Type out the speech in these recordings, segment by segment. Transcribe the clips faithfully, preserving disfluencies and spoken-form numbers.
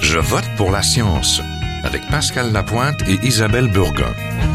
Je vote pour la science avec Pascal Lapointe et Isabelle Burgon.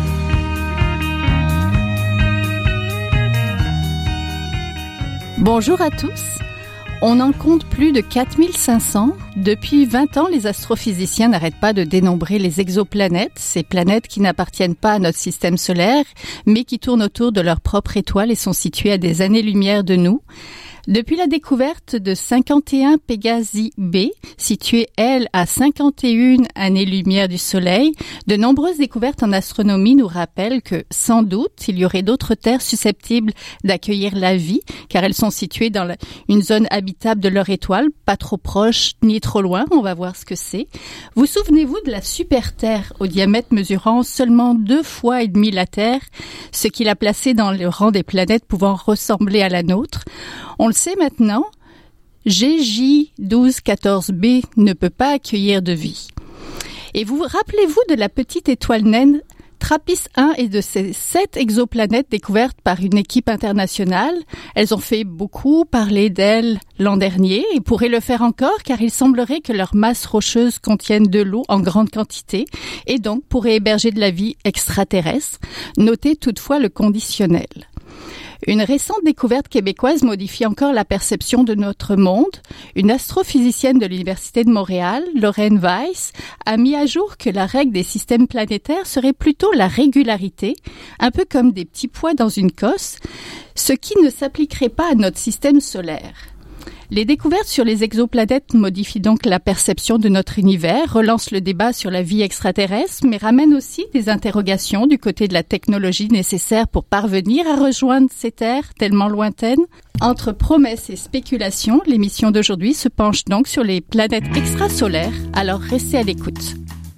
Bonjour à tous. On en compte plus de quatre mille cinq cents. Depuis vingt ans, les astrophysiciens n'arrêtent pas de dénombrer les exoplanètes, ces planètes qui n'appartiennent pas à notre système solaire, mais qui tournent autour de leur propre étoile et sont situées à des années-lumière de nous. Depuis la découverte de cinquante et un Pégasi B, située, elle, à cinquante et une années-lumière du Soleil, de nombreuses découvertes en astronomie nous rappellent que, sans doute, il y aurait d'autres terres susceptibles d'accueillir la vie, car elles sont situées dans la, une zone habitable de leur étoile, pas trop proche ni trop loin. On va voir ce que c'est. Vous souvenez-vous de la super-Terre, au diamètre mesurant seulement deux fois et demi la Terre, ce qui l'a placée dans le rang des planètes pouvant ressembler à la nôtre? On le sait maintenant, G J douze quatorze b ne peut pas accueillir de vie. Et vous rappelez-vous de la petite étoile naine TRAPPIST un et de ces sept exoplanètes découvertes par une équipe internationale? Elles ont fait beaucoup parler d'elles l'an dernier et pourraient le faire encore car il semblerait que leurs masses rocheuses contiennent de l'eau en grande quantité et donc pourraient héberger de la vie extraterrestre. Notez toutefois le conditionnel. Une récente découverte québécoise modifie encore la perception de notre monde. Une astrophysicienne de l'Université de Montréal, Lorraine Weiss, a mis à jour que la règle des systèmes planétaires serait plutôt la régularité, un peu comme des petits pois dans une cosse, ce qui ne s'appliquerait pas à notre système solaire. Les découvertes sur les exoplanètes modifient donc la perception de notre univers, relancent le débat sur la vie extraterrestre, mais ramènent aussi des interrogations du côté de la technologie nécessaire pour parvenir à rejoindre ces terres tellement lointaines. Entre promesses et spéculations, l'émission d'aujourd'hui se penche donc sur les planètes extrasolaires, alors restez à l'écoute.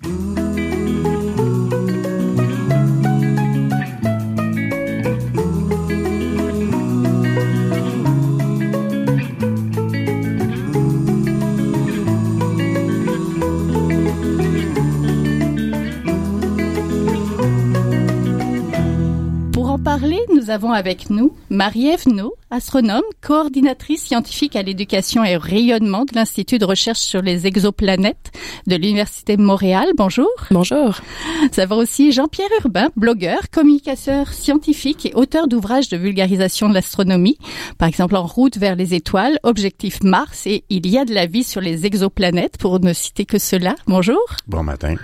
Parler, nous avons avec nous Marie-Ève Naud, astronome, coordinatrice scientifique à l'éducation et au rayonnement de l'Institut de recherche sur les exoplanètes de l'Université de Montréal. Bonjour. Bonjour. Nous avons aussi Jean-Pierre Urbain, blogueur, communicateur scientifique et auteur d'ouvrages de vulgarisation de l'astronomie, par exemple En route vers les étoiles, Objectif Mars et Il y a de la vie sur les exoplanètes, pour ne citer que cela. Bonjour. Bon matin.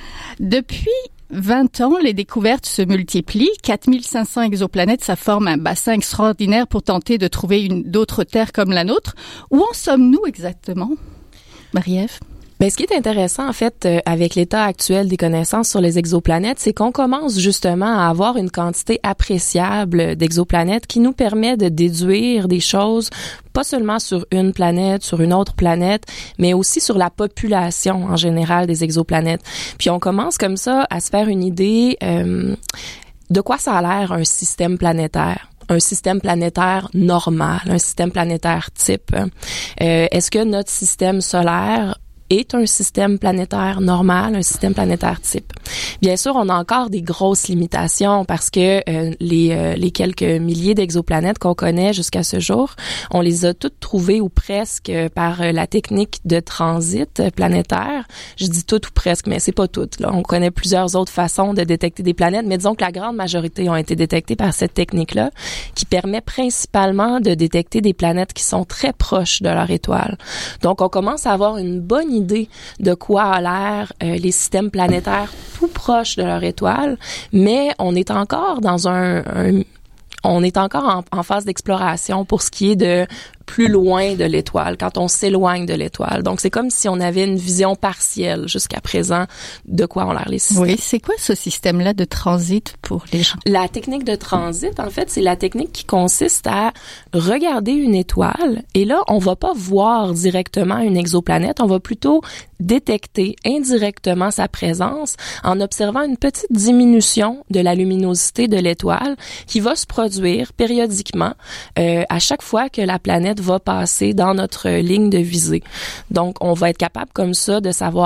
Depuis vingt ans, les découvertes se multiplient. quatre mille cinq cents exoplanètes, ça forme un bassin extraordinaire pour tenter de trouver une, d'autres terres comme la nôtre. Où en sommes-nous exactement, Marie-Ève? Ben, ce qui est intéressant, en fait, euh, avec l'état actuel des connaissances sur les exoplanètes, c'est qu'on commence justement à avoir une quantité appréciable d'exoplanètes qui nous permet de déduire des choses, pas seulement sur une planète, sur une autre planète, mais aussi sur la population en général des exoplanètes. Puis on commence comme ça à se faire une idée euh, de quoi ça a l'air un système planétaire. Un système planétaire normal, un système planétaire type. Euh, est-ce que notre système solaire est un système planétaire normal, un système planétaire type? Bien sûr, on a encore des grosses limitations parce que euh, les, euh, les quelques milliers d'exoplanètes qu'on connaît jusqu'à ce jour, on les a toutes trouvées ou presque par euh, la technique de transit planétaire. Je dis toutes ou presque, mais c'est pas toutes. Là. On connaît plusieurs autres façons de détecter des planètes, mais disons que la grande majorité ont été détectées par cette technique-là qui permet principalement de détecter des planètes qui sont très proches de leur étoile. Donc, on commence à avoir une bonne idée de quoi a l'air euh, les systèmes planétaires tout proches de leur étoile, mais on est encore dans un, un on est encore en, en phase d'exploration pour ce qui est de plus loin de l'étoile, quand on s'éloigne de l'étoile. Donc, c'est comme si on avait une vision partielle jusqu'à présent de quoi ont l'air les systèmes. Oui, c'est quoi ce système-là de transit pour les gens? La technique de transit, en fait, c'est la technique qui consiste à regarder une étoile et là, on va pas voir directement une exoplanète, on va plutôt détecter indirectement sa présence en observant une petite diminution de la luminosité de l'étoile qui va se produire périodiquement euh, à chaque fois que la planète va passer dans notre ligne de visée. Donc, on va être capable comme ça de savoir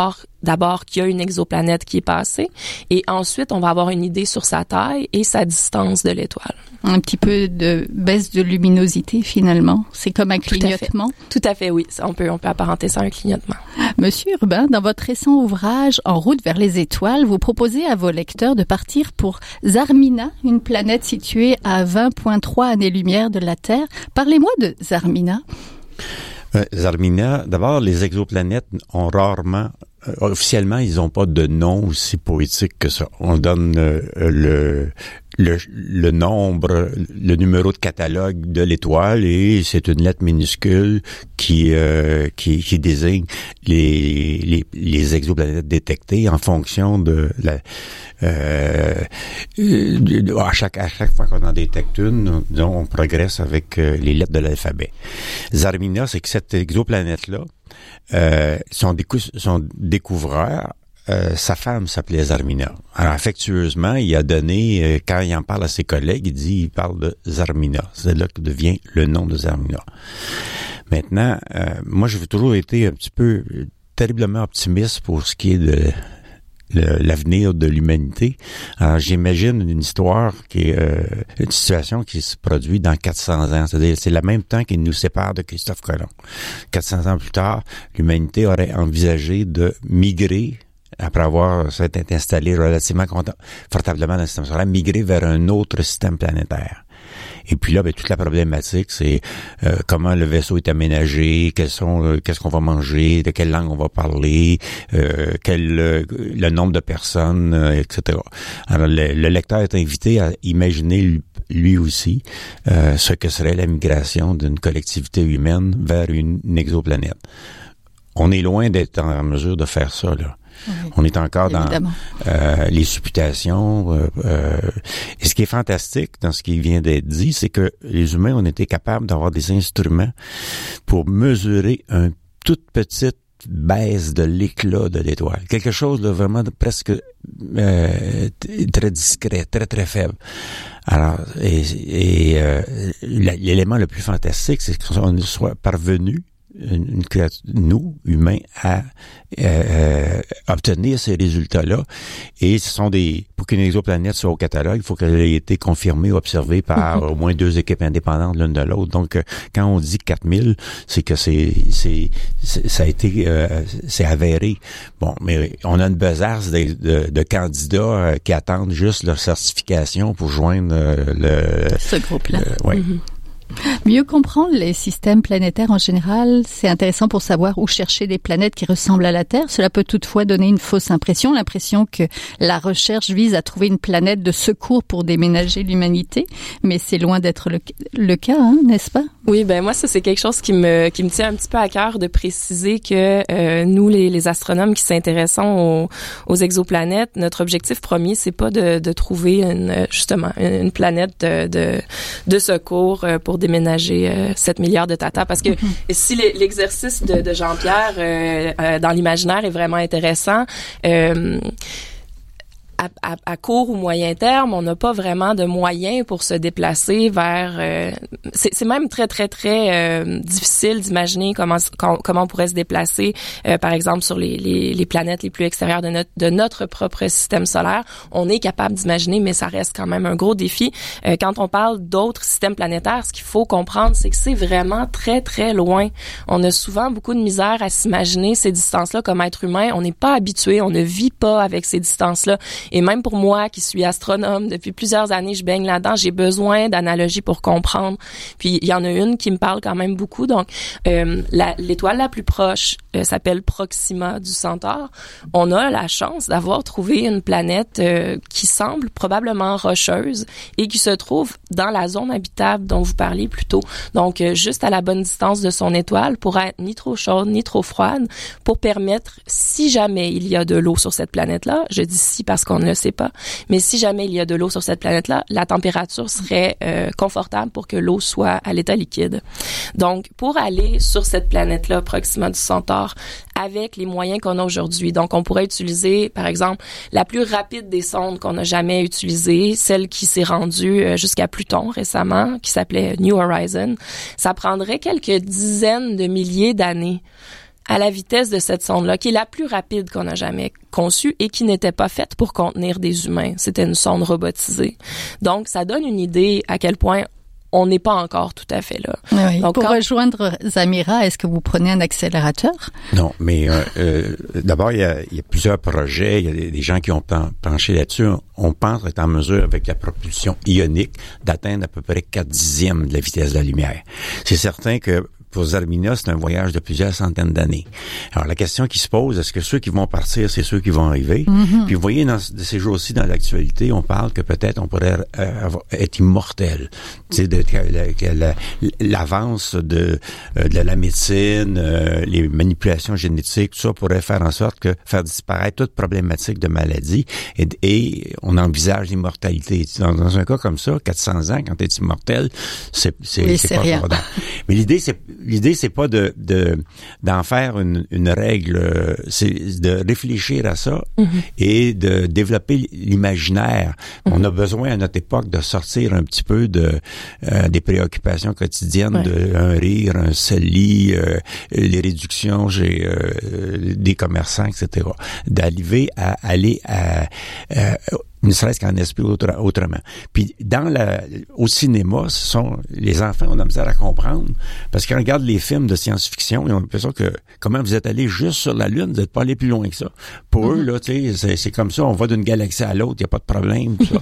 d'abord qu'il y a une exoplanète qui est passée et ensuite on va avoir une idée sur sa taille et sa distance de l'étoile. Un petit peu de baisse de luminosité finalement. C'est comme un clignotement. Tout à fait, Tout à fait oui. On peut, on peut apparenter ça à un clignotement. Monsieur Urbain, dans votre récent ouvrage En route vers les étoiles, vous proposez à vos lecteurs de partir pour Zarmina, une planète située à vingt virgule trois années-lumière de la Terre. Parlez-moi de Zarmina. Euh, Zarmina, d'abord, les exoplanètes ont rarement, euh, officiellement, ils n'ont pas de nom aussi poétique que ça. On donne euh, le, le le nombre, le numéro de catalogue de l'étoile et c'est une lettre minuscule qui euh, qui, qui désigne les, les les exoplanètes détectées en fonction de la euh, à chaque à chaque fois qu'on en détecte une, disons, on progresse avec euh, les lettres de l'alphabet. Zarmina, c'est que cette exoplanète là euh, son décou- son découvreur Euh, sa femme s'appelait Zarmina. Alors, affectueusement, il a donné, euh, quand il en parle à ses collègues, il dit, il parle de Zarmina. C'est là que devient le nom de Zarmina. Maintenant, euh, moi, j'ai toujours été un petit peu euh, terriblement optimiste pour ce qui est de le, l'avenir de l'humanité. Alors, j'imagine une histoire qui est euh, une situation qui se produit dans quatre cents ans. C'est-à-dire, c'est le même temps qui nous sépare de Christophe Colomb. quatre cents ans plus tard, l'humanité aurait envisagé de migrer après avoir s'être installé relativement confortablement dans le système solaire, migrer vers un autre système planétaire. Et puis là, ben, toute la problématique, c'est euh, comment le vaisseau est aménagé, quels sont, euh, qu'est-ce qu'on va manger, de quelle langue on va parler, euh, quel euh, le nombre de personnes, euh, et cetera. Alors, le, le lecteur est invité à imaginer lui, lui aussi euh, ce que serait la migration d'une collectivité humaine vers une, une exoplanète. On est loin d'être en mesure de faire ça, là. Oui, on est encore évidemment. dans euh, les supputations. Euh, euh, et ce qui est fantastique dans ce qui vient d'être dit, c'est que les humains ont été capables d'avoir des instruments pour mesurer une toute petite baisse de l'éclat de l'étoile. Quelque chose de vraiment de presque euh, très discret, très très faible. Alors, et, et euh, l'élément le plus fantastique, c'est qu'on soit parvenu Une, une créature, nous, humains, à euh, obtenir ces résultats-là. Et ce sont des... Pour qu'une exoplanète soit au catalogue, il faut qu'elle ait été confirmée, observée par mm-hmm. au moins deux équipes indépendantes l'une de l'autre. Donc, euh, quand on dit quatre mille, c'est que c'est... c'est, c'est ça a été... Euh, c'est avéré. Bon, mais on a une besace de, de, de candidats euh, qui attendent juste leur certification pour joindre euh, le... Ce groupe-là. Euh, ouais. Mm-hmm. Mieux comprendre les systèmes planétaires en général, c'est intéressant pour savoir où chercher des planètes qui ressemblent à la Terre. Cela peut toutefois donner une fausse impression, l'impression que la recherche vise à trouver une planète de secours pour déménager l'humanité, mais c'est loin d'être le, le cas, hein, n'est-ce pas? Oui, ben moi ça c'est quelque chose qui me qui me tient un petit peu à cœur de préciser que euh, nous les, les astronomes qui s'intéressons aux, aux exoplanètes, notre objectif premier c'est pas de, de trouver une justement une planète de de, de secours pour déménager euh, sept milliards de tata parce que mm-hmm. si l'exercice de, de Jean-Pierre euh, euh, dans l'imaginaire est vraiment intéressant, euh, À, à, à court ou moyen terme, on n'a pas vraiment de moyens pour se déplacer vers... Euh, c'est, c'est même très, très, très euh, difficile d'imaginer comment, comment on pourrait se déplacer, euh, par exemple, sur les, les, les planètes les plus extérieures de notre, de notre propre système solaire. On est capable d'imaginer, mais ça reste quand même un gros défi. Euh, quand on parle d'autres systèmes planétaires, ce qu'il faut comprendre, c'est que c'est vraiment très, très loin. On a souvent beaucoup de misère à s'imaginer ces distances-là comme être humain. On n'est pas habitué, on ne vit pas avec ces distances-là. Et même pour moi, qui suis astronome, depuis plusieurs années, je baigne là-dedans, j'ai besoin d'analogies pour comprendre. Puis, il y en a une qui me parle quand même beaucoup. Donc, euh, la, l'étoile la plus proche euh, s'appelle Proxima du Centaure. On a la chance d'avoir trouvé une planète euh, qui semble probablement rocheuse et qui se trouve dans la zone habitable dont vous parliez plus tôt. Donc, euh, juste à la bonne distance de son étoile pour être ni trop chaude, ni trop froide, pour permettre, si jamais il y a de l'eau sur cette planète-là, je dis si parce qu'on ne le sait pas, mais si jamais il y a de l'eau sur cette planète-là, la température serait euh, confortable pour que l'eau soit à l'état liquide. Donc, pour aller sur cette planète-là, Proxima du Centaure, avec les moyens qu'on a aujourd'hui, donc on pourrait utiliser, par exemple, la plus rapide des sondes qu'on n'a jamais utilisée, celle qui s'est rendue euh, jusqu'à Pluton récemment, qui s'appelait New Horizon. Ça prendrait quelques dizaines de milliers d'années à la vitesse de cette sonde-là, qui est la plus rapide qu'on a jamais conçue et qui n'était pas faite pour contenir des humains. C'était une sonde robotisée. Donc, ça donne une idée à quel point on n'est pas encore tout à fait là. Oui. Donc, pour quand... rejoindre Zamira, est-ce que vous prenez un accélérateur? Non, mais euh, euh, d'abord, il y, a, il y a plusieurs projets. Il y a des, des gens qui ont pen, penché là-dessus. On pense être en mesure, avec la propulsion ionique, d'atteindre à peu près quatre dixièmes de la vitesse de la lumière. C'est certain que pour Zarmina, c'est un voyage de plusieurs centaines d'années. Alors, la question qui se pose, est-ce que ceux qui vont partir, c'est ceux qui vont arriver? Mm-hmm. Puis, vous voyez, dans ces jours-ci, dans l'actualité, on parle que peut-être on pourrait euh, avoir, être immortel. Tu sais, de, que la, l'avance de, euh, de la médecine, euh, les manipulations génétiques, tout ça pourrait faire en sorte que faire disparaître toute problématique de maladie et, et on envisage l'immortalité. Dans, dans un cas comme ça, quatre cents ans, quand tu es immortel, c'est, c'est, oui, c'est, c'est pas rien. important. Mais l'idée, c'est L'idée, c'est pas de, de d'en faire une, une règle, c'est de réfléchir à ça mm-hmm. et de développer l'imaginaire. Mm-hmm. On a besoin à notre époque de sortir un petit peu de euh, des préoccupations quotidiennes, ouais. de un rire, un seli, euh, les réductions chez euh, des commerçants, et cetera. D'arriver à aller à, à ne serait-ce qu'en esprit autre, autrement. Puis dans la, au cinéma, ce sont les enfants ont de la misère à comprendre parce qu'ils regardent les films de science-fiction et on a l'impression que comment vous êtes allé juste sur la Lune, vous n'êtes pas allé plus loin que ça. Pour mm-hmm. eux, là, tu sais, c'est, c'est comme ça, on va d'une galaxie à l'autre, il n'y a pas de problème. Tout ça.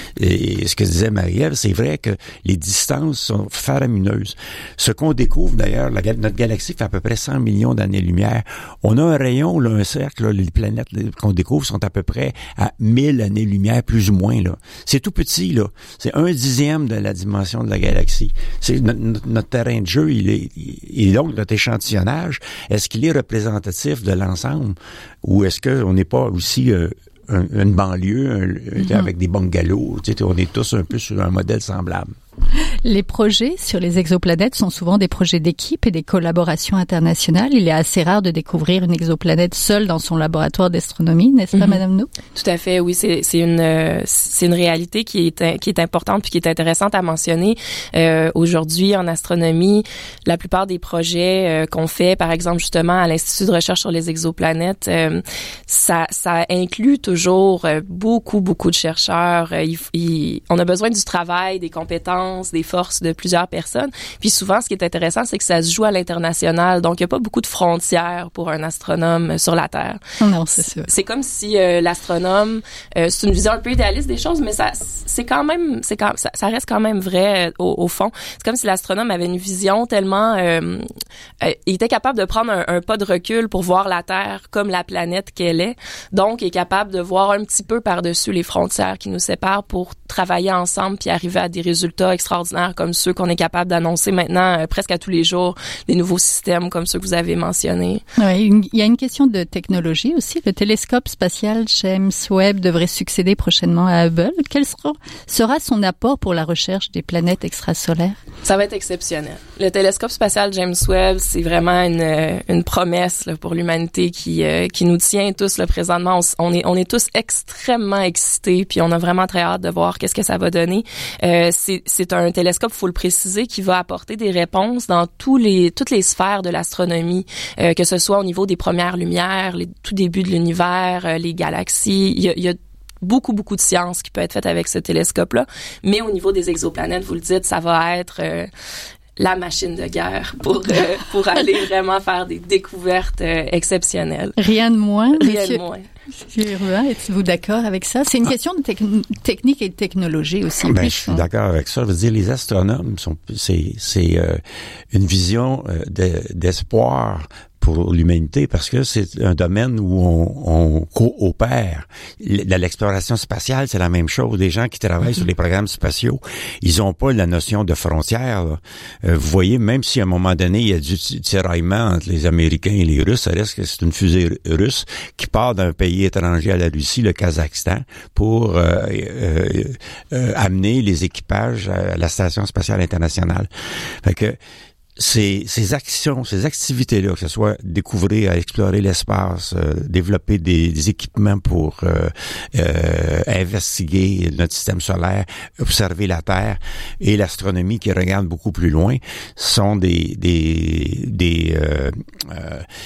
Et ce que disait Marie-Ève, c'est vrai que les distances sont faramineuses. Ce qu'on découvre d'ailleurs, la, notre galaxie fait à peu près cent millions d'années-lumière. On a un rayon, là, un cercle, là, les planètes qu'on découvre sont à peu près à mille années-lumière. Plus ou moins, là. C'est tout petit, là. C'est un dixième de la dimension de la galaxie. C'est notre, notre terrain de jeu, il est, il est donc notre échantillonnage. Est-ce qu'il est représentatif de l'ensemble? Ou est-ce qu'on n'est pas aussi euh, un, une banlieue un, mm-hmm. avec des bungalows? Tu sais, on est tous un peu sur un modèle semblable. Les projets sur les exoplanètes sont souvent des projets d'équipe et des collaborations internationales. Il est assez rare de découvrir une exoplanète seule dans son laboratoire d'astronomie, n'est-ce pas, mm-hmm. Madame No? Tout à fait, oui. C'est, c'est une euh, c'est une réalité qui est qui est importante puis qui est intéressante à mentionner. Euh, aujourd'hui, en astronomie, la plupart des projets euh, qu'on fait, par exemple justement à l'Institut de recherche sur les exoplanètes, euh, ça ça inclut toujours euh, beaucoup beaucoup de chercheurs. Euh, il, il, on a besoin du travail, des compétences, des forces de plusieurs personnes. Puis souvent, ce qui est intéressant, c'est que ça se joue à l'international. Donc, il n'y a pas beaucoup de frontières pour un astronome sur la Terre. Non, c'est sûr. C'est comme si euh, l'astronome, euh, c'est une vision un peu idéaliste des choses, mais ça, c'est quand même, c'est quand, ça, ça reste quand même vrai euh, au, au fond. C'est comme si l'astronome avait une vision tellement, euh, euh, il était capable de prendre un, un pas de recul pour voir la Terre comme la planète qu'elle est. Donc, il est capable de voir un petit peu par-dessus les frontières qui nous séparent pour travailler ensemble puis arriver à des résultats extraordinaires comme ceux qu'on est capable d'annoncer maintenant euh, presque à tous les jours, des nouveaux systèmes comme ceux que vous avez mentionnés. Oui, il y a une question de technologie aussi. Le télescope spatial James Webb devrait succéder prochainement à Hubble. Quel sera, sera son apport pour la recherche des planètes extrasolaires? Ça va être exceptionnel. Le télescope spatial James Webb, c'est vraiment une, une promesse là, pour l'humanité qui, euh, qui nous tient tous là, présentement. On, on, est, on est tous extrêmement excités, puis on a vraiment très hâte de voir qu'est-ce que ça va donner. Euh, c'est, c'est un télescope, faut le préciser, qui va apporter des réponses dans tous les, toutes les sphères de l'astronomie, euh, que ce soit au niveau des premières lumières, les tout débuts de l'univers, euh, les galaxies. Il y a, il y a beaucoup, beaucoup de science qui peut être faite avec ce télescope-là. Mais au niveau des exoplanètes, vous le dites, ça va être euh, la machine de guerre pour euh, pour aller vraiment faire des découvertes euh, exceptionnelles. Rien de moins. Rien monsieur, de moins. Monsieur Urbain, êtes-vous d'accord avec ça? C'est une ah. question de tec- technique et de technologie aussi. Ben, oui, je suis d'accord avec ça. Je veux dire, les astronomes sont, c'est, c'est euh, une vision euh, de, d'espoir pour l'humanité parce que c'est un domaine où on, on coopère. L- l'exploration spatiale, c'est la même chose. Les gens qui travaillent mm-hmm. sur les programmes spatiaux, ils ont pas la notion de frontières. Euh, vous voyez, même si à un moment donné, il y a du tiraillement entre les Américains et les Russes, ça reste que c'est une fusée russe qui part d'un pays étranger à la Russie, le Kazakhstan, pour euh, euh, euh, amener les équipages à la Station spatiale internationale. Fait que Ces, ces actions, ces activités-là, que ce soit découvrir, explorer l'espace, euh, développer des, des équipements pour euh, euh, investiguer notre système solaire, observer la Terre et l'astronomie qui regarde beaucoup plus loin, sont des des des euh, euh,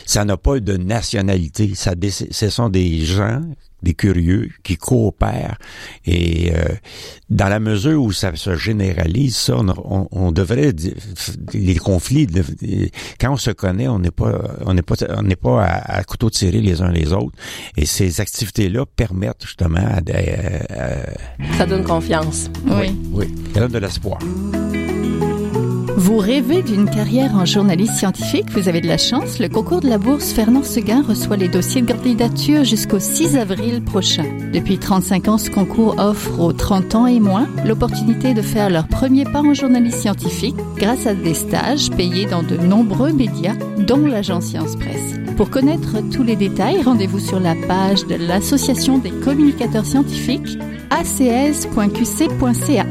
ça n'a pas de nationalité. Ça, ce sont des gens, des curieux qui coopèrent et euh, dans la mesure où ça se généralise, ça, on, on, on devrait les conflits. Quand on se connaît, on n'est pas, on n'est pas, on n'est pas à, à couteau tiré les uns les autres. Et ces activités-là permettent justement à, à, à ça donne confiance. Oui, oui, ça donne de l'espoir. Vous rêvez d'une carrière en journaliste scientifique? Vous avez de la chance. Le concours de la bourse Fernand Séguin reçoit les dossiers de candidature jusqu'au six avril prochain. Depuis trente-cinq ans, ce concours offre aux trente ans et moins l'opportunité de faire leur premier pas en journaliste scientifique grâce à des stages payés dans de nombreux médias, dont l'agence Science Presse. Pour connaître tous les détails, rendez-vous sur la page de l'Association des communicateurs scientifiques, a c s point q c point c a.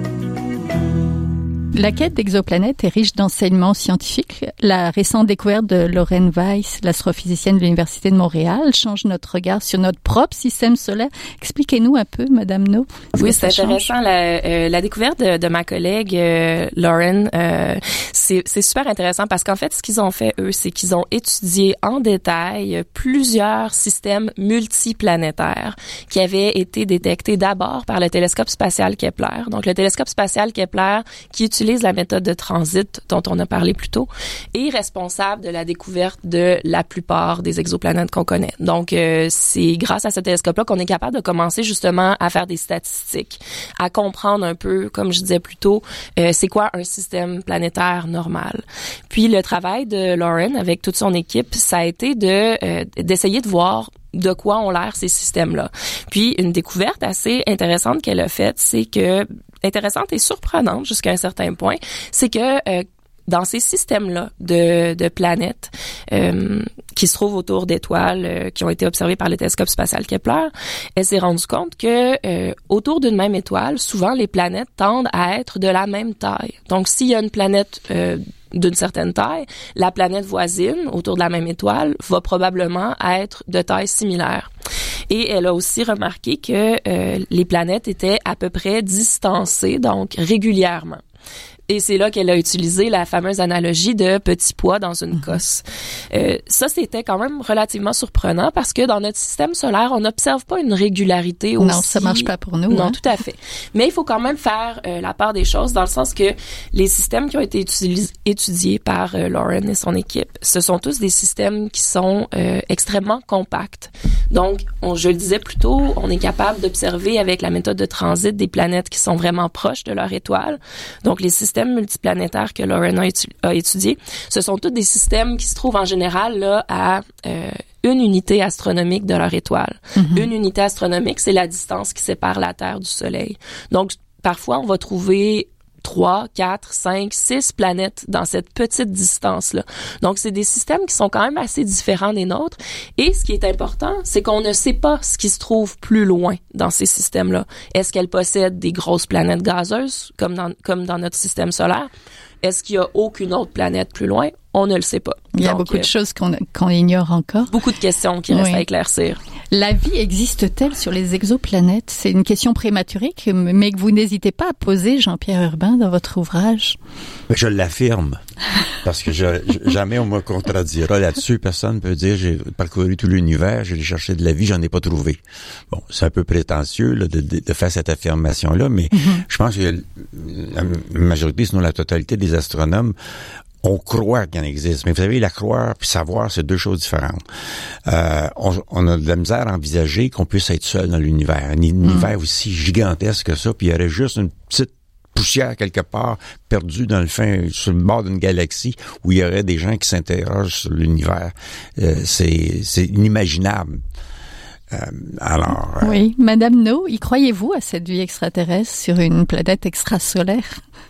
La quête d'exoplanètes est riche d'enseignements scientifiques. La récente découverte de Lorraine Weiss, l'astrophysicienne de l'Université de Montréal, change notre regard sur notre propre système solaire. Expliquez-nous un peu, Madame No. Oui, c'est intéressant. La, euh, la découverte de, de ma collègue euh, Lauren, euh, c'est, c'est super intéressant parce qu'en fait, ce qu'ils ont fait, eux, c'est qu'ils ont étudié en détail plusieurs systèmes multiplanétaires qui avaient été détectés d'abord par le télescope spatial Kepler. Donc, le télescope spatial Kepler qui utilise la méthode de transit dont on a parlé plus tôt est responsable de la découverte de la plupart des exoplanètes qu'on connaît. Donc, euh, c'est grâce à ce télescope-là qu'on est capable de commencer justement à faire des statistiques, à comprendre un peu, comme je disais plus tôt, euh, c'est quoi un système planétaire normal. Puis, le travail de Lauren avec toute son équipe, ça a été de euh, d'essayer de voir de quoi ont l'air ces systèmes-là. Puis, une découverte assez intéressante qu'elle a faite, c'est que intéressante et surprenante jusqu'à un certain point, c'est que euh, dans ces systèmes-là de, de planètes euh, qui se trouvent autour d'étoiles euh, qui ont été observées par le télescope spatial Kepler, elle s'est rendue compte que euh, autour d'une même étoile, souvent les planètes tendent à être de la même taille. Donc, s'il y a une planète euh, d'une certaine taille, la planète voisine autour de la même étoile va probablement être de taille similaire. Et elle a aussi remarqué que euh, les planètes étaient à peu près distancées, donc régulièrement. Et c'est là qu'elle a utilisé la fameuse analogie de petit pois dans une cosse. Euh, ça, c'était quand même relativement surprenant parce que dans notre système solaire, on n'observe pas une régularité aussi. Non, ça marche pas pour nous. Non, hein? Tout à fait. Mais il faut quand même faire euh, la part des choses dans le sens que les systèmes qui ont été utilis- étudiés par euh, Lauren et son équipe, ce sont tous des systèmes qui sont euh, extrêmement compacts. Donc, on, je le disais plus tôt, on est capable d'observer avec la méthode de transit des planètes qui sont vraiment proches de leur étoile. Donc, les systèmes multiplanétaires que Lauren a, étu- a étudiés, ce sont tous des systèmes qui se trouvent en général là à euh, une unité astronomique de leur étoile. Mm-hmm. Une unité astronomique, c'est la distance qui sépare la Terre du Soleil. Donc, parfois, on va trouver trois, quatre, cinq, six planètes dans cette petite distance-là. Donc, c'est des systèmes qui sont quand même assez différents des nôtres. Et ce qui est important, c'est qu'on ne sait pas ce qui se trouve plus loin dans ces systèmes-là. Est-ce qu'elles possèdent des grosses planètes gazeuses, comme dans, comme dans notre système solaire? Est-ce qu'il y a aucune autre planète plus loin? On ne le sait pas. Il y a Donc, beaucoup euh, de choses qu'on, qu'on ignore encore. Beaucoup de questions qui restent oui. à éclaircir. La vie existe-t-elle sur les exoplanètes? C'est une question prématurée, que, mais que vous n'hésitez pas à poser, Jean-Pierre Urbain, dans votre ouvrage. Je l'affirme, parce que je, je, jamais on me contredira là-dessus. Personne ne peut dire j'ai parcouru tout l'univers, j'ai cherché de la vie, j'en ai pas trouvé. Bon, c'est un peu prétentieux là, de, de, de faire cette affirmation-là, mais mm-hmm. je pense que la majorité, sinon la totalité des astronomes, on croit qu'il en existe, mais vous savez, la croire puis savoir, c'est deux choses différentes. Euh, on, on a de la misère à envisager qu'on puisse être seul dans l'univers. Un univers mmh. aussi gigantesque que ça, puis il y aurait juste une petite poussière quelque part perdue dans le fin, sur le bord d'une galaxie où il y aurait des gens qui s'interrogent sur l'univers. Euh, c'est, c'est inimaginable. Euh, alors. Euh, oui, Madame No, y croyez-vous à cette vie extraterrestre sur une planète extrasolaire?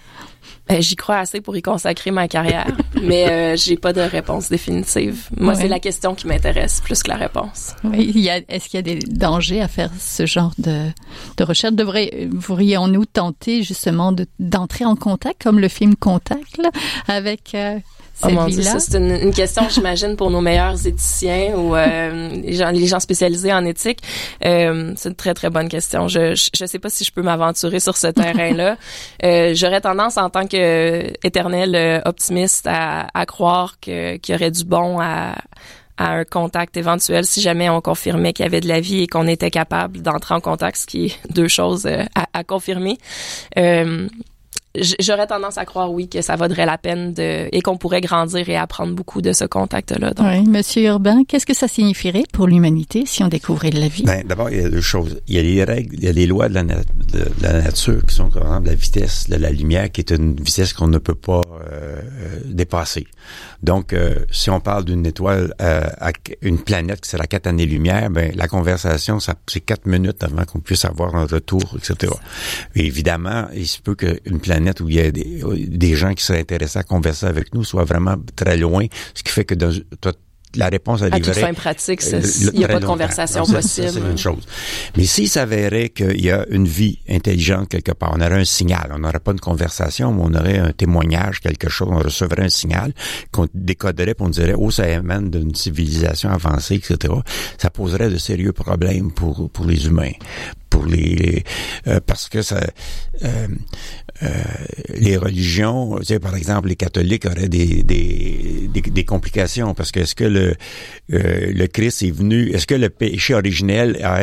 Ben, j'y crois assez pour y consacrer ma carrière, mais euh, j'ai pas de réponse définitive. Moi, oui. c'est la question qui m'intéresse plus que la réponse. Oui, il y a, est-ce qu'il y a des dangers à faire ce genre de, de recherche? Devrions-nous tenter justement de, d'entrer en contact, comme le film Contact, là, avec euh, cette oh mon vie-là? Dieu, ça, c'est une, une question, j'imagine, pour nos meilleurs éthiciens ou euh, les, gens, les gens spécialisés en éthique. Euh, c'est une très, très bonne question. Je je, je sais pas si je peux m'aventurer sur ce terrain-là. euh, j'aurais tendance, en tant que éternel optimiste, à, à croire que, qu'il y aurait du bon à à un contact éventuel si jamais on confirmait qu'il y avait de la vie et qu'on était capable d'entrer en contact, ce qui est deux choses euh, à, à confirmer. Euh, J'aurais tendance à croire, oui, que ça vaudrait la peine de, et qu'on pourrait grandir et apprendre beaucoup de ce contact-là. Donc. Oui, Monsieur Urbain, qu'est-ce que ça signifierait pour l'humanité si on découvrait de la vie? Ben, d'abord, il y a deux choses. Il y a les règles, il y a les lois de la, na- de, de la nature qui sont, par exemple, la vitesse de la lumière, qui est une vitesse qu'on ne peut pas euh, dépasser. Donc, euh, si on parle d'une étoile, euh, à une planète qui sera quatre années-lumière, ben la conversation, ça, c'est quatre minutes avant qu'on puisse avoir un retour, et cetera. Et évidemment, il se peut qu'une planète où il y a des, des gens qui seraient intéressés à converser avec nous soit vraiment très loin, ce qui fait que dans, toi, la réponse à livrer... À toute fin pratique, il n'y a pas de conversation ça, possible. Ça, c'est une chose. Mais s'il s'avérait qu'il y a une vie intelligente quelque part, on aurait un signal, on n'aurait pas une conversation, mais on aurait un témoignage, quelque chose, on recevrait un signal qu'on décoderait, puis on dirait, oh, ça émane d'une civilisation avancée, et cetera. Ça poserait de sérieux problèmes pour, pour les humains. Pour les, les euh, parce que ça euh, euh, les religions, tu sais, par exemple les catholiques auraient des des des, des complications parce que est-ce que le euh, le Christ est venu, est-ce que le péché originel a, a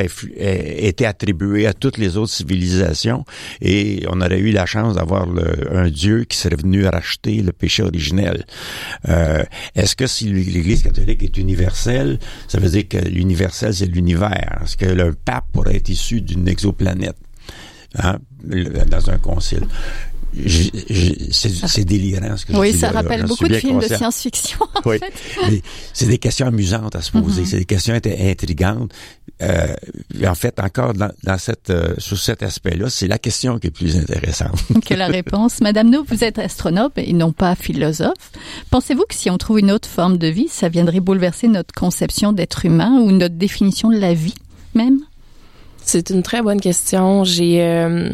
été attribué à toutes les autres civilisations et on aurait eu la chance d'avoir le, un Dieu qui serait venu racheter le péché originel. Euh, est-ce que si l'Église catholique est universelle, ça veut dire que l'universel c'est l'univers? Est-ce que le pape pourrait être issu d'une exoplanète, hein, dans un concile? Je, je, c'est, c'est délirant ce que oui, je dis. Oui, ça là, rappelle là, beaucoup de films conscient. de science-fiction, en oui. fait. Mais c'est des questions amusantes à se poser, mm-hmm. c'est des questions intrigantes. Euh, en fait, encore dans, dans cette, euh, sur cet aspect-là, c'est la question qui est plus intéressante. Que la réponse. Madame No, vous êtes astronome et non pas philosophe. Pensez-vous que si on trouve une autre forme de vie, ça viendrait bouleverser notre conception d'être humain ou notre définition de la vie même? C'est une très bonne question. J'ai euh,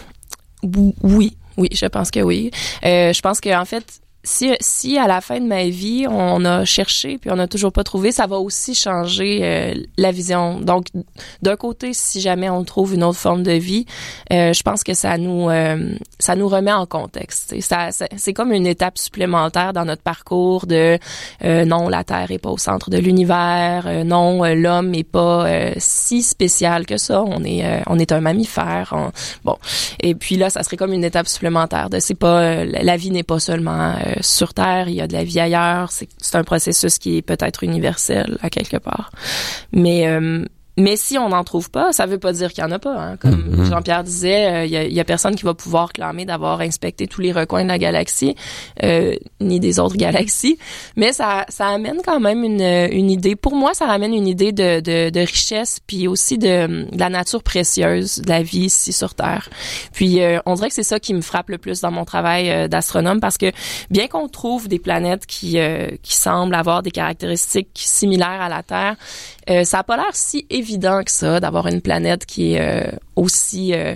oui, oui, je pense que oui. Euh, je pense que en fait, si si à la fin de ma vie on a cherché puis on n'a toujours pas trouvé, ça va aussi changer euh, la vision. Donc d'un côté, si jamais on trouve une autre forme de vie, euh, je pense que ça nous euh, ça nous remet en contexte. Ça, ça c'est comme une étape supplémentaire dans notre parcours de euh, non, la Terre est pas au centre de l'univers, euh, non, euh, l'homme est pas euh, si spécial que ça. On est euh, on est un mammifère. On, bon, et puis là, ça serait comme une étape supplémentaire de c'est pas euh, la vie n'est pas seulement euh, sur Terre, il y a de la vie ailleurs. C'est, c'est un processus qui est peut-être universel à quelque part. Mais euh, mais si on n'en trouve pas, ça veut pas dire qu'il y en a pas. Hein. Comme mm-hmm. Jean-Pierre disait, il euh, y, a, y a personne qui va pouvoir clamer d'avoir inspecté tous les recoins de la galaxie, euh, ni des autres galaxies. Mais ça, ça amène quand même une, une idée. Pour moi, ça ramène une idée de, de, de richesse, puis aussi de, de la nature précieuse de la vie ici sur Terre. Puis euh, on dirait que c'est ça qui me frappe le plus dans mon travail euh, d'astronome, parce que bien qu'on trouve des planètes qui, euh, qui semblent avoir des caractéristiques similaires à la Terre, euh, ça a pas l'air si évident que ça, d'avoir une planète qui est euh, aussi euh,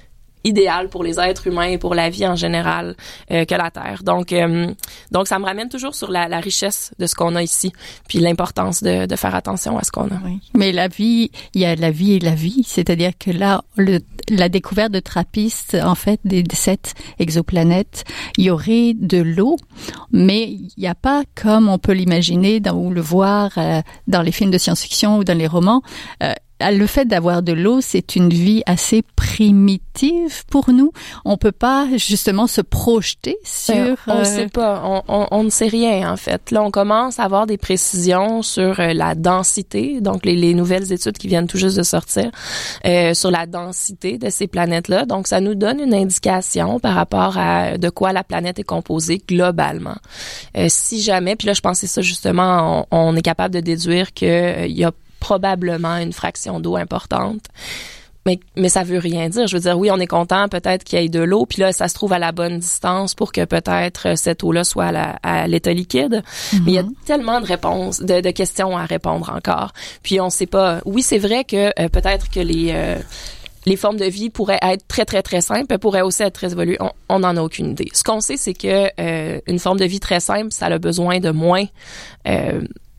idéale pour les êtres humains et pour la vie en général euh, que la Terre. Donc, euh, donc ça me ramène toujours sur la, la richesse de ce qu'on a ici, puis l'importance de, de faire attention à ce qu'on a. Oui. Mais la vie, il y a la vie et la vie, c'est-à-dire que là, le, la découverte de TRAPPIST, en fait, des, des sept exoplanètes, il y aurait de l'eau, mais il n'y a pas, comme on peut l'imaginer dans, ou le voir euh, dans les films de science-fiction ou dans les romans, euh, le fait d'avoir de l'eau, c'est une vie assez primitive pour nous. On peut pas justement se projeter sur... Euh, on ne sait pas. On, on, on ne sait rien, en fait. Là, on commence à avoir des précisions sur euh, la densité, donc les, les nouvelles études qui viennent tout juste de sortir, euh, sur la densité de ces planètes-là. Donc, ça nous donne une indication par rapport à de quoi la planète est composée globalement. Euh, si jamais, puis là, je pensais ça justement, on, on est capable de déduire qu'il euh, y a probablement une fraction d'eau importante. Mais, mais ça veut rien dire. Je veux dire, oui, on est content peut-être qu'il y ait de l'eau, puis là, ça se trouve à la bonne distance pour que peut-être cette eau-là soit à, la, à l'état liquide. Mm-hmm. Mais il y a tellement de réponses, de, de questions à répondre encore. Puis on sait pas... Oui, c'est vrai que euh, peut-être que les... Euh, les formes de vie pourraient être très, très, très simples, pourraient aussi être très évoluées. On n'en a aucune idée. Ce qu'on sait, c'est que euh, une forme de vie très simple, ça a besoin de moins... Euh,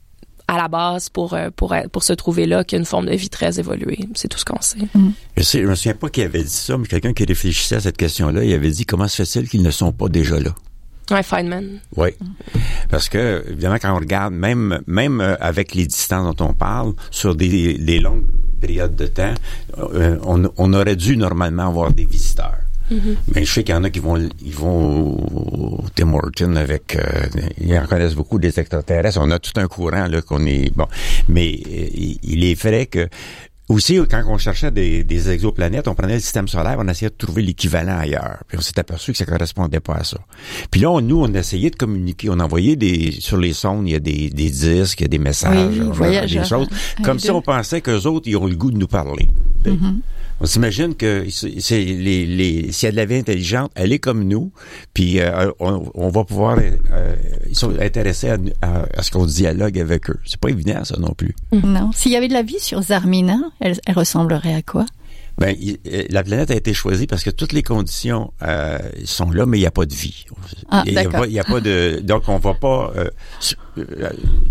à la base pour pour pour se trouver là qu'une forme de vie très évoluée. C'est tout ce qu'on sait. Mm. Je sais, je me souviens pas qui avait dit ça, mais quelqu'un qui réfléchissait à cette question-là, il avait dit comment se fait-il qu'ils ne sont pas déjà là? Ouais, Feynman. Oui. Parce que, évidemment, quand on regarde, même, même avec les distances dont on parle, sur des, des longues périodes de temps, euh, on, on aurait dû normalement avoir des visiteurs. Mm-hmm. Mais je sais qu'il y en a qui vont ils vont au Tim Hortons avec euh, ils en connaissent beaucoup des extraterrestres. On a tout un courant là qu'on est bon. Mais euh, il est vrai que aussi, quand on cherchait des, des exoplanètes, on prenait le système solaire, on essayait de trouver l'équivalent ailleurs. Puis on s'est aperçu que ça correspondait pas à ça. Puis là, on, nous, on essayait de communiquer. On envoyait des sur les sondes, il y a des, des disques, il y a des messages, oui, genre, des choses. Comme si on pensait qu'eux autres, ils ont le goût de nous parler. Mm-hmm. On s'imagine que c'est les, les, s'il y a de la vie intelligente, elle est comme nous, puis euh, on, on va pouvoir, euh, ils sont intéressés à, à, à ce qu'on dialogue avec eux. C'est pas évident, ça non plus. Non. S'il y avait de la vie sur Zarmina, elle, elle ressemblerait à quoi? Ben, il, la planète a été choisie parce que toutes les conditions euh, sont là, mais il n'y a pas de vie. Ah, il y a pas, il y a pas de, donc on va pas euh, euh,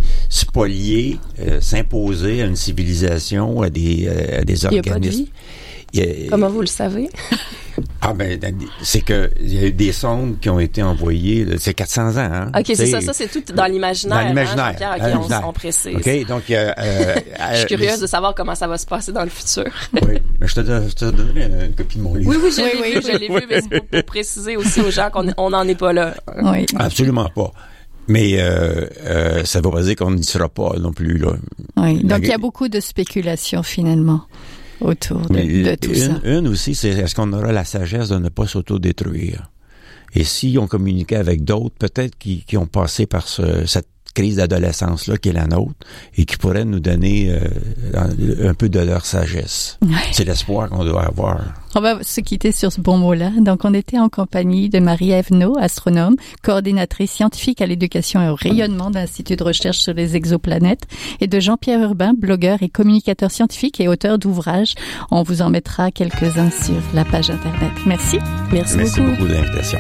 spolier, euh, s'imposer à une civilisation, à des, euh, à des organismes. Il y a pas de vie? A, Comment vous le savez? Ah ben, c'est que il y a eu des sondes qui ont été envoyées, c'est quatre cents ans. Hein? OK, c'est ça, ça c'est tout dans l'imaginaire. Dans l'imaginaire. Hein, Jean-Pierre, OK, on, on précise. OK, donc... Euh, euh, je suis curieuse de savoir comment ça va se passer dans le futur. Oui, mais je te, je te donnerai une, une copie de mon livre. Oui, oui, je l'ai oui, vu, je l'ai oui. vu, mais c'est pour, pour préciser aussi aux gens qu'on n'en est pas là. Oui. Absolument pas. Mais euh, euh, ça ne veut pas dire qu'on n'y sera pas non plus. Là. Oui, donc il y a beaucoup de spéculations finalement autour de, de tout une, ça. Une aussi, c'est est-ce qu'on aura la sagesse de ne pas s'autodétruire? Et si on communiquait avec d'autres, peut-être qui, qui ont passé par ce, cette crise d'adolescence-là qui est la nôtre et qui pourraient nous donner euh, un peu de leur sagesse. Ouais. C'est l'espoir qu'on doit avoir. On va se quitter sur ce bon mot-là. Donc, on était en compagnie de Marie-Ève Naud, astronome, coordinatrice scientifique à l'éducation et au rayonnement de l'Institut de recherche sur les exoplanètes, et de Jean-Pierre Urbain, blogueur et communicateur scientifique et auteur d'ouvrages. On vous en mettra quelques-uns sur la page Internet. Merci. Merci, Merci beaucoup. beaucoup de l'invitation.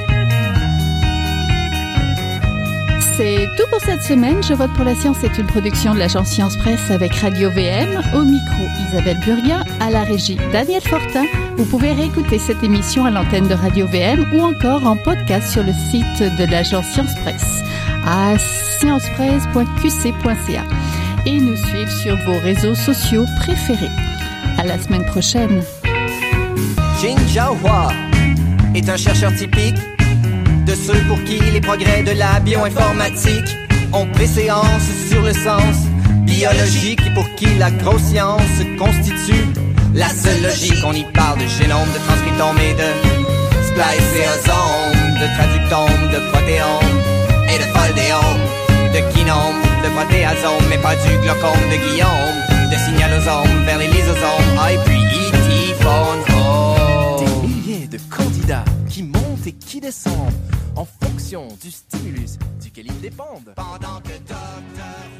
C'est tout pour cette semaine. Je vote pour la science est une production de l'agence Science Presse avec Radio V M. Au micro, Isabelle Burguin. À la régie, Daniel Fortin. Vous pouvez réécouter cette émission à l'antenne de Radio V M ou encore en podcast sur le site de l'agence Science Presse à science presse point q c point c a et nous suivre sur vos réseaux sociaux préférés. À la semaine prochaine. Jin Jiahua est un chercheur typique de ceux pour qui les progrès de la bioinformatique ont préséance sur le sens biologique et pour qui la grosse science constitue la seule logique. On y parle de génome, de transcriptome et de spliceosome, de traductome, de protéome et de foldéome, de kinome, de protéasome, mais pas du glaucome de Guillaume, de signalosome vers les lysosomes, ah, et puis E T phone home. Des milliers de candidats qui montent et qui descendent en fonction du stimulus duquel ils dépendent. Pendant que docteur